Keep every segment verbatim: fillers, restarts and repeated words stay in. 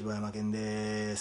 柴山健です。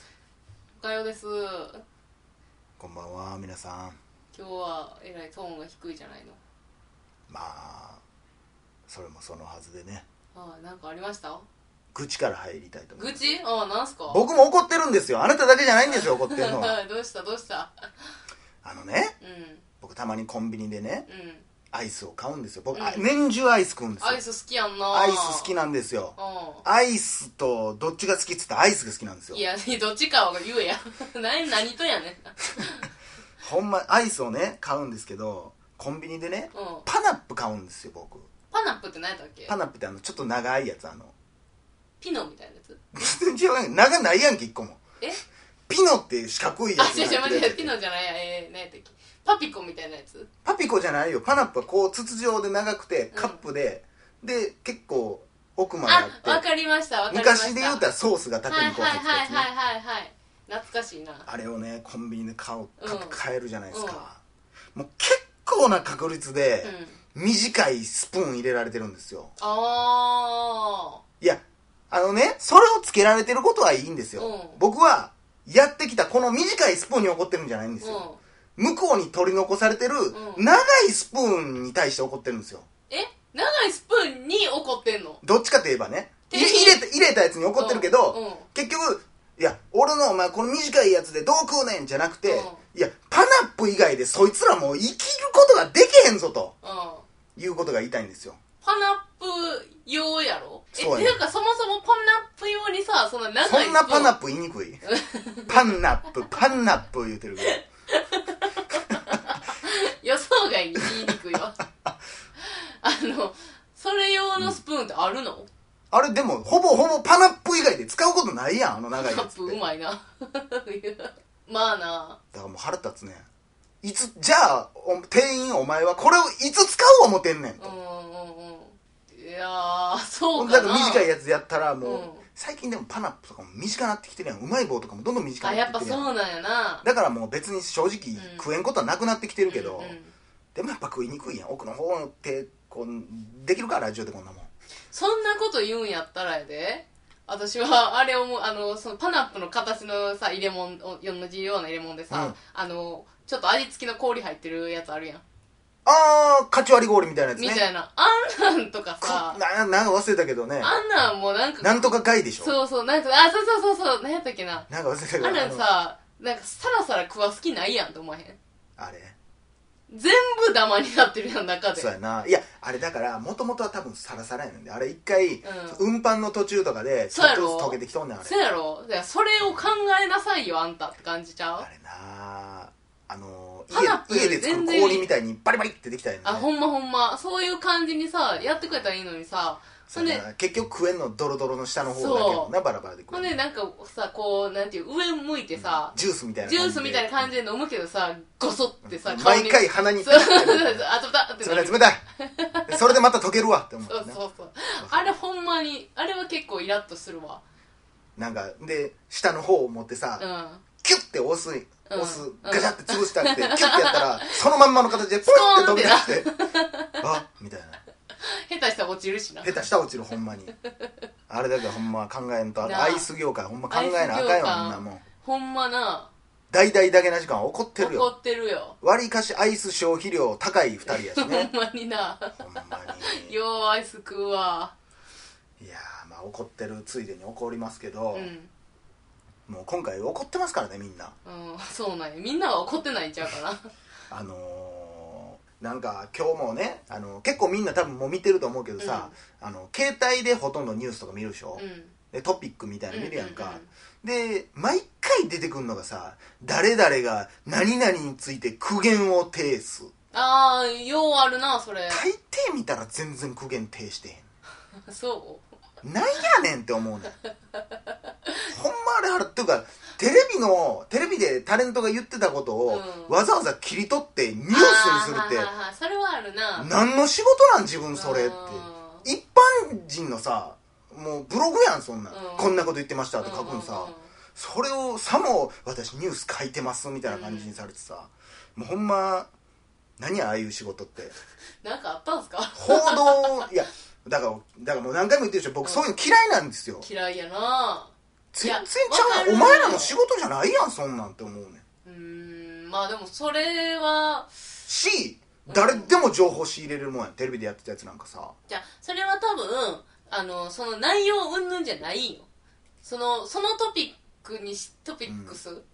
おかよです。 こんばんは皆さん。 今日はえらいトーンが低いじゃないの。 まあそれもそのはずでね。 ああ、なんかありました？ 愚痴から入りたいと思います。 愚痴？ああ、なんすか？ 僕も怒ってるんですよ。あなただけじゃないんですよ、怒ってるのは。 どうしたどうした？ あのね、 うん、 僕たまにコンビニでね、 うん、 アイスを買うんですよ。僕、 うん、 年中アイス食うんですよ。 アイス好きやんな。 アイス好きなんですよ。アイスとどっちが好きっつったらアイスが好きなんですよ。 いや、どっちかは言えや。何何とやねん。 ほんまアイスをね買うんですけど、コンビニでね、 うん、 パナップ買うんですよ僕。 パナップって何やったっけ？ パナップってあのちょっと長いやつ、あのピノみたいなやつ？ 全然違うやん、長ないやんけ一個も。 え？ ピノって四角いやつ。 あ、違う違う待って、ピノじゃないや。えー、何やったっけ？パピコみたいなやつ？ パピコじゃないよ。パナップはこう筒状で長くてカップで、うん、で結構奥まであって、 あ、わかりましたわかりました。 昔で言うたらソースが縦にこう入ってたやつね。 はいはいはいはいはい、懐かしいな。 あれをねコンビニで買う、 うん、 買えるじゃないですか、うん、もう結構な確率で、うん、短いスプーン入れられてるんですよ。 ああ、 いやあのね、それをつけられてることはいいんですよ、うん、僕はやってきたこの短いスプーンに怒ってるんじゃないんですよ、うん、向こうに取り残されてる長いスプーンに対して怒ってるんですよ。 え、長いスプーンに怒ってんの？ どっちかといえばね、入れた、入れたやつに怒ってるけど、うんうん、結局いや俺のお前この短いやつでどう食うねんじゃなくて、うん、いやパナップ以外でそいつらもう生きることができへんぞと、うん、いうことが言いたいんですよ。 パナップ用やろ？え、っていうかそもそもパナップ用にさ、そんな長いスプーン、 そんなパナップ言いにくいパンナップパンナップ言うてるけど予想外に言いにくいわあのそれ用のスプーンってあるの？うん、 あれでもほぼほぼパナップ以外で使うことないやん、あの長いやつって。 パナップうまいなまあな。 だからもう腹立つね。いつじゃあ店員お前はこれをいつ使う思てんねんと。うんうんうん、 いやーそうかな。 だから短いやつやったらもう、うん、最近でもパナップとかも短なってきてるやん。うまい棒とかもどんどん短くなってきてるやん。 あ、やっぱそうなんやな。 だからもう別に正直食えんことはなくなってきてるけど、うんうん、でもやっぱ食いにくいやん。奥の方ってこうできるかラジオでこんなもん。 そんなこと言うんやったらやで、私はあれをもあのそのパナップの形のさ入れ物を同じような入れ物でさ、うん、あのちょっと味付きの氷入ってるやつあるやん。 あー、カチ割り氷みたいなやつね。 みたいな。あんなんとかさ。 な、なんか忘れたけどね。 あんなんもうなんか。 なんとか貝でしょ。 そうそう、なんか、あ、そうそうそうそう、なんやったっけな。 なんか忘れたけど。 あんなんさ、なんかさらさら食わす気ないやんと思わへん？ あれ全部ダマになってるやん、中で。 そうやな。いや、あれだから、もともとは多分サラサラやねんで。あれ一回、うん、運搬の途中とかで、ちょっとずつ溶けてきとんねん、あれ。 そうやろ。だからそれを考えなさいよ、あんたって感じちゃう？ あれなあの家, 家で作る氷みたいにバリバリってできたよね。 あ、ほんまほんま。そういう感じにさ、やってくれたらいいのにさ。 そんで結局食えんのドロドロの下の方だけどな、バラバラで食えん。 ほんでなんかさ、こう、なんていう、上向いてさ、 うん、ジュースみたいな感じで。ジュースみたいな感じで飲むけどさ、ゴソってさ、 うん、毎回鼻に。 そうそうそう、あ、冷たってなる。冷たい冷たいそれでまた溶けるわって思う、ね。 そうそうそう。あれほんまに、あれは結構イラッとするわ。 なんか、で、下の方を持ってさ、うん、キュッて押す、押す、うん、ガチャって潰したって、キュッてやったら、そのまんまの形でポンって飛び出して、あみたいな。 下手したら落ちるしな。 下手したら落ちる、ほんまに。あれだけどほんま考えんと、アイス業界ほんま考えなあかんよ、みんなもん。 ほんまな。 大々だけな時間は怒ってるよ。 怒ってるよ。 割りかしアイス消費量高い二人やしね。 ほんまにな。 ほんまに。 ようアイス食うわ。 いやー、まあ怒ってるついでに怒りますけど、うん、もう今回怒ってますからね、みんな。 うん、そうなんや。みんなは怒ってないんちゃうかな。 あのー、なんか今日もね、あの結構みんな多分もう見てると思うけどさ、うん、あの携帯でほとんどニュースとか見るでしょ、うん、でトピックみたいなの見るやんか、うんうんうん、で毎回出てくるのがさ、誰々が何々について苦言を呈す。 あー、ようあるなそれ。 大抵見たら全然苦言呈してへんそうなんやねんって思うねんほんまあれ腹っていうか、テレビのテレビでタレントが言ってたことを、うん、わざわざ切り取ってニュースにするって、 はははそれはあるな。 何の仕事なん自分それって。一般人のさ、もうブログやんそんな、うん、こんなこと言ってましたって書くんさ、うんうんうん、それをさも私ニュース書いてますみたいな感じにされてさ、うん、もうほんま何やああいう仕事ってなんかあったんすか報道いやだからだからもう何回も言ってるでしょ、僕そういうの嫌いなんですよ。 嫌いやな。 全然ちゃう。お前らの仕事じゃないやんそんなんって思うねん。 うーんまあでもそれはし誰でも情報仕入れれるもんやん、テレビでやってたやつなんかさ。 じゃあそれは多分あのその内容云々じゃないよ。そのそのトピックにしトピックス、うん、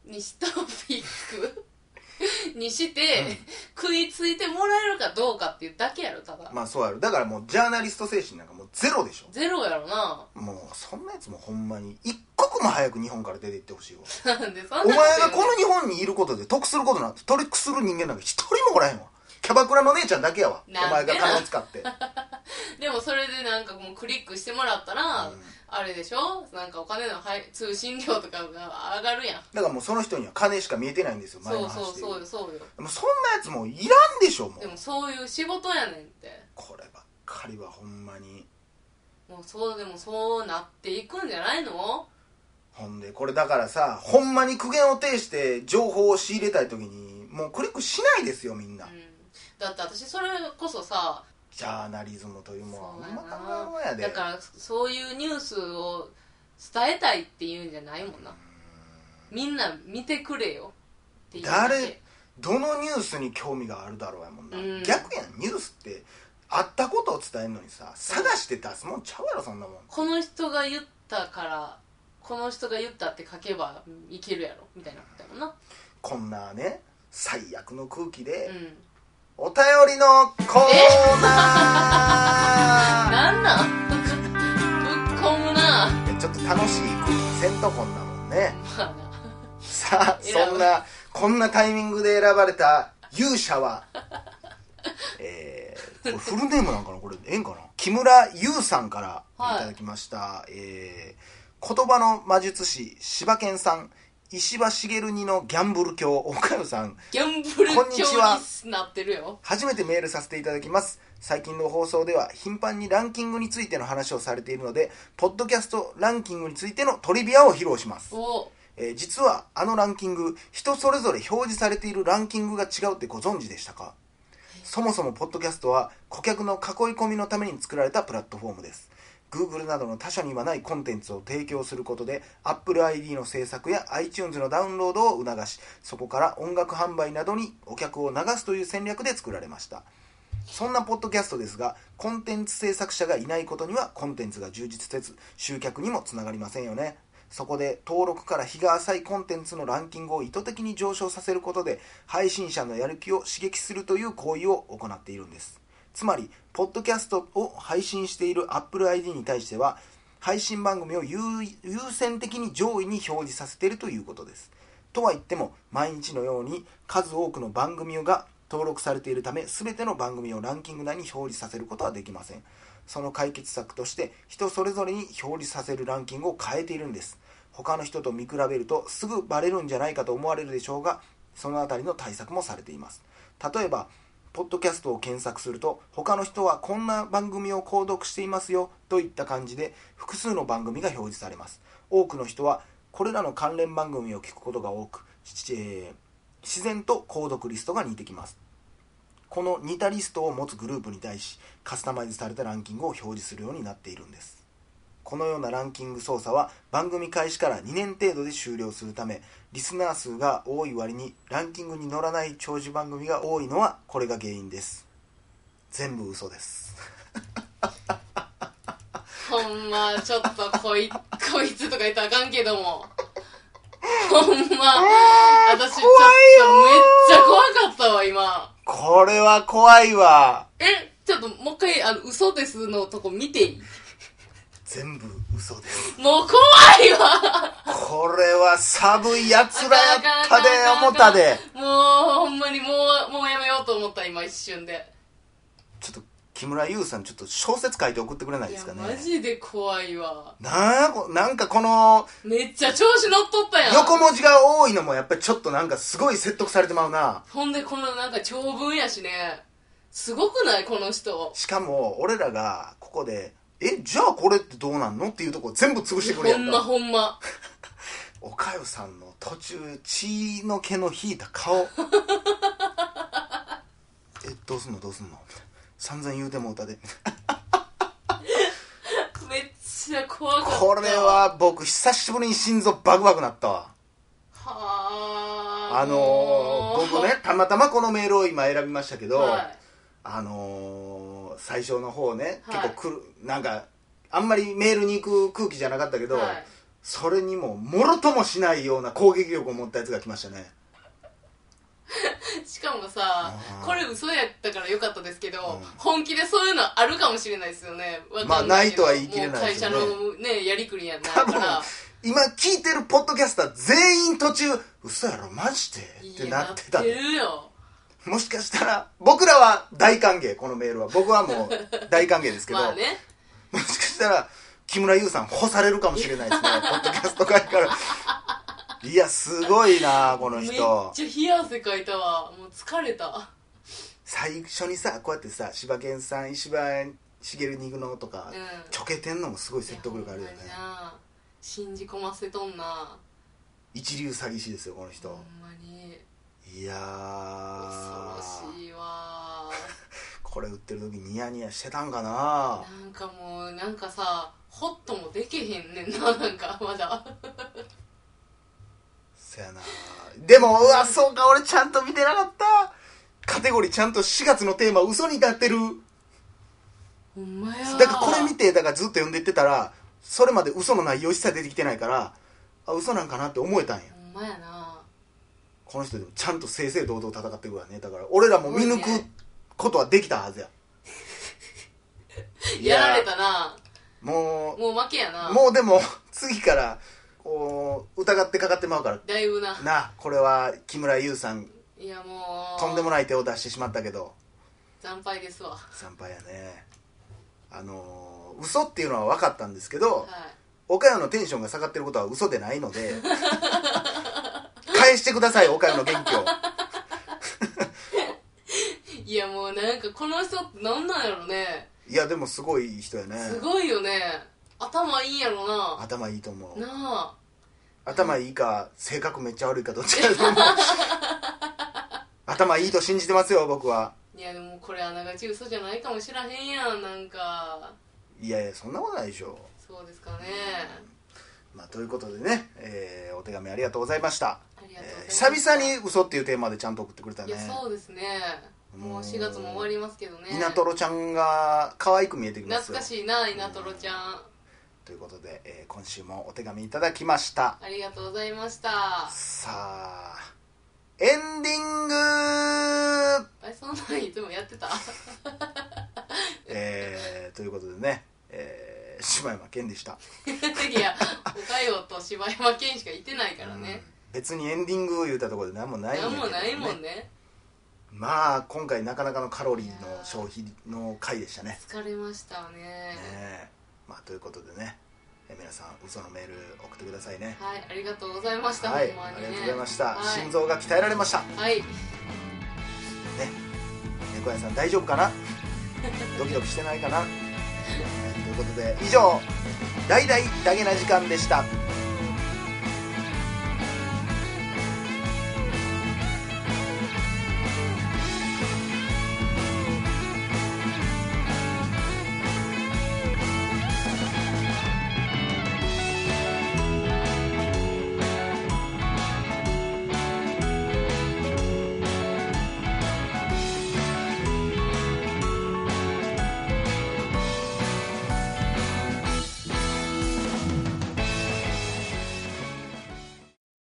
にしトピックにして、うん、食いついてもらえるかどうかっていうだけやろただ。 まあそうやろ。だからもうジャーナリスト精神なんかもうゼロでしょ。 ゼロやろな。 もうそんなやつもほんまに一刻も早く日本から出ていってほしいわ。 なんでそんなお前がこの日本にいることで得することなんてトリックする人間なんか一人もおらへんわ。キャバクラの姉ちゃんだけやわ。お前が金を使ってでもそれでなんかもうクリックしてもらったら、うん、あれでしょ、なんかお金の通信料とかが上がるやん。 だからもうその人には金しか見えてないんですよ。前の話で。 そうそうそうよそうよ。 でもそんなやつもういらんでしょ。もうでもそういう仕事やねんって。 こればっかりはほんまにもうそうでもそうなっていくんじゃないの。 ほんでこれだからさ、ほんまに苦言を呈して情報を仕入れたい時にもうクリックしないですよみんな、うん、 だって私それこそさジャーナリズムというものはほんま考えもんやで。 だからそういうニュースを伝えたいっていうんじゃないもんな。みんな見てくれよっていう。 誰どのニュースに興味があるだろうやもんな、うん、逆やん。ニュースってあったことを伝えるのにさ探して出すもんちゃうやろそんなもん。 この人が言ったからこの人が言ったって書けばいけるやろみたいなことやもんな。 こんなね最悪の空気で、 うんお便りのコーナーなんなんぶっ込むな。 ちょっと楽しい空気せんとこんなもんね、まあ、さあそんなこんなタイミングで選ばれた勇者はえー、これフルネームなんかなこれええんかな。木村優さんからいただきました、はい、えー、言葉の魔術師柴犬さん、石破茂にのギャンブル教岡代さん、 ギャンブル教になってるよ。 初めてメールさせていただきます。最近の放送では頻繁にランキングについての話をされているのでポッドキャストランキングについてのトリビアを披露します。 お、 えー、実はあのランキング人それぞれ表示されているランキングが違うってご存知でしたか。そもそもポッドキャストは顧客の囲い込みのために作られたプラットフォームです。Google などの他社にはないコンテンツを提供することで Apple アイディー の制作や iTunes のダウンロードを促し、そこから音楽販売などにお客を流すという戦略で作られました。そんなポッドキャストですが、コンテンツ制作者がいないことにはコンテンツが充実せず集客にもつながりませんよね。そこで登録から日が浅いコンテンツのランキングを意図的に上昇させることで配信者のやる気を刺激するという行為を行っているんです。つまりポッドキャストを配信している Apple アイディー に対しては配信番組を 優, 優先的に上位に表示させているということです。とは言っても毎日のように数多くの番組が登録されているため全ての番組をランキング内に表示させることはできません。その解決策として人それぞれに表示させるランキングを変えているんです。他の人と見比べるとすぐバレるんじゃないかと思われるでしょうが、そのあたりの対策もされています。例えばポッドキャストを検索すると他の人はこんな番組を購読していますよといった感じで複数の番組が表示されます。多くの人はこれらの関連番組を聞くことが多く、えー、自然と購読リストが似てきます。この似たリストを持つグループに対しカスタマイズされたランキングを表示するようになっているんです。このようなランキング操作は番組開始からにねん程度で終了するため、リスナー数が多い割にランキングに載らない長寿番組が多いのはこれが原因です。全部嘘ですほんまちょっとこいこいつとか言ったらあかんけどもほんま私ちょっとめっちゃ怖かったわ今。 これは怖いわ。 え、ちょっともう一回あの嘘ですのとこ見ていい？ 全部嘘です。 もう怖いわこれは寒いやつらやったで思ったで。 もうほんまにもうもうやめようと思った今一瞬で。 ちょっと木村優さんちょっと小説書いて送ってくれないですかね。 いやマジで怖いわ。 なあ、なんかこのめっちゃ調子乗っとったやん。 横文字が多いのもやっぱりちょっとなんかすごい説得されてまうな。 ほんでこのなんか長文やしね、すごくないこの人。 しかも俺らがここでえじゃあこれってどうなんのっていうとこ全部潰してくれやんか。 ほんまほんまおかゆさんの途中血の毛の引いた顔えどうすんのどうすんの散々言うてもうたでめっちちゃ怖かった。 これは僕久しぶりに心臓バクバクなったわ。 はああのー、僕ねたまたまこのメールを今選びましたけど、 はい、 あのー、最初の方ね、 はい、 結構くるなんかあんまりメールに行く空気じゃなかったけど、はい、それにももろともしないような攻撃力を持ったやつが来ましたね。 しかもさ、これ嘘やったからよかったですけど、うん、本気でそういうのあるかもしれないですよね。 まあないとは言い切れないですよね。 会社のねやりくりやないから今聞いてるポッドキャスター全員途中嘘やろマジでってなってた。 やってるよ。 もしかしたら僕らは大歓迎、このメールは僕はもう大歓迎ですけどまあ、ね、もしかしたら木村優さん干されるかもしれないですねポッドキャスト界からいやすごいなこの人。 めっちゃ冷や汗かいたわ。もう疲れた。 最初にさこうやってさ柴犬さん石破茂に行くのとか、うん、ちょけてんのもすごい説得力あるよね。 信じ込ませとんな。 一流詐欺師ですよこの人。 ほんまに。 いやー恐ろしいわこれ売ってる時ニヤニヤしてたんかな。 なんかもうなんかさホッともできへんねんな。なんかまだそやな。でもうわそうか俺ちゃんと見てなかった。カテゴリーちゃんとしがつのテーマ嘘になってる。 ほんまや。 だからこれ見てだからずっと読んでってたらそれまで嘘の内容一切出てきてないからあ嘘なんかなって思えたんや。 ほんまやな。 この人でもちゃんと正々堂々戦ってくるわね。だから俺らも見抜くことはできたはずや。 やられたな。 もうもう負けやな。 もうでも次からこう疑ってかかってまうからだいぶな。 なこれは木村優さんいやもうとんでもない手を出してしまったけど惨敗ですわ。 惨敗やね。あのー、嘘っていうのは分かったんですけど、はい、岡山のテンションが下がってることは嘘でないので返してください岡山の元気をいやもうなんかこの人ってなんなんやろね。 いやでもすごい人やね。 すごいよね。頭いいんやろな。 頭いいと思うなあ。 頭いいか性格めっちゃ悪いかどっちかと思う頭いいと信じてますよ僕は。 いやでもこれあながち嘘じゃないかもしらへんやん。なんかいやいやそんなことないでしょ。 そうですかね、 うん、まあということでね、えー、お手紙ありがとうございました。 ありがとうございました、 えー、久々に嘘っていうテーマでちゃんと送ってくれたね。 いやそうですね。もうしがつも終わりますけどね。 稲トロちゃんが可愛く見えてきますよ。 懐かしいな稲トロちゃん。 ということで、えー、今週もお手紙いただきました。 ありがとうございました。 さあエンディング。 あれそんなんいつもやってたえー、ということでね、えー、柴山健でした。 いやおかよと柴山健しかいてないからね、 うん、別にエンディング言うたところで何もないんだけど、ね、 何もないもんね。 まあ今回なかなかのカロリーの消費の回でしたね。 疲れましたね。 ねまあということでね、え皆さん嘘のメール送ってくださいね。 はいありがとうございました。 はい、 ほんまにね、 ありがとうございました、 はい、 心臓が鍛えられました。 はいね猫屋さん大丈夫かなドキドキしてないかな、えー、ということで以上大々だげな時間でした。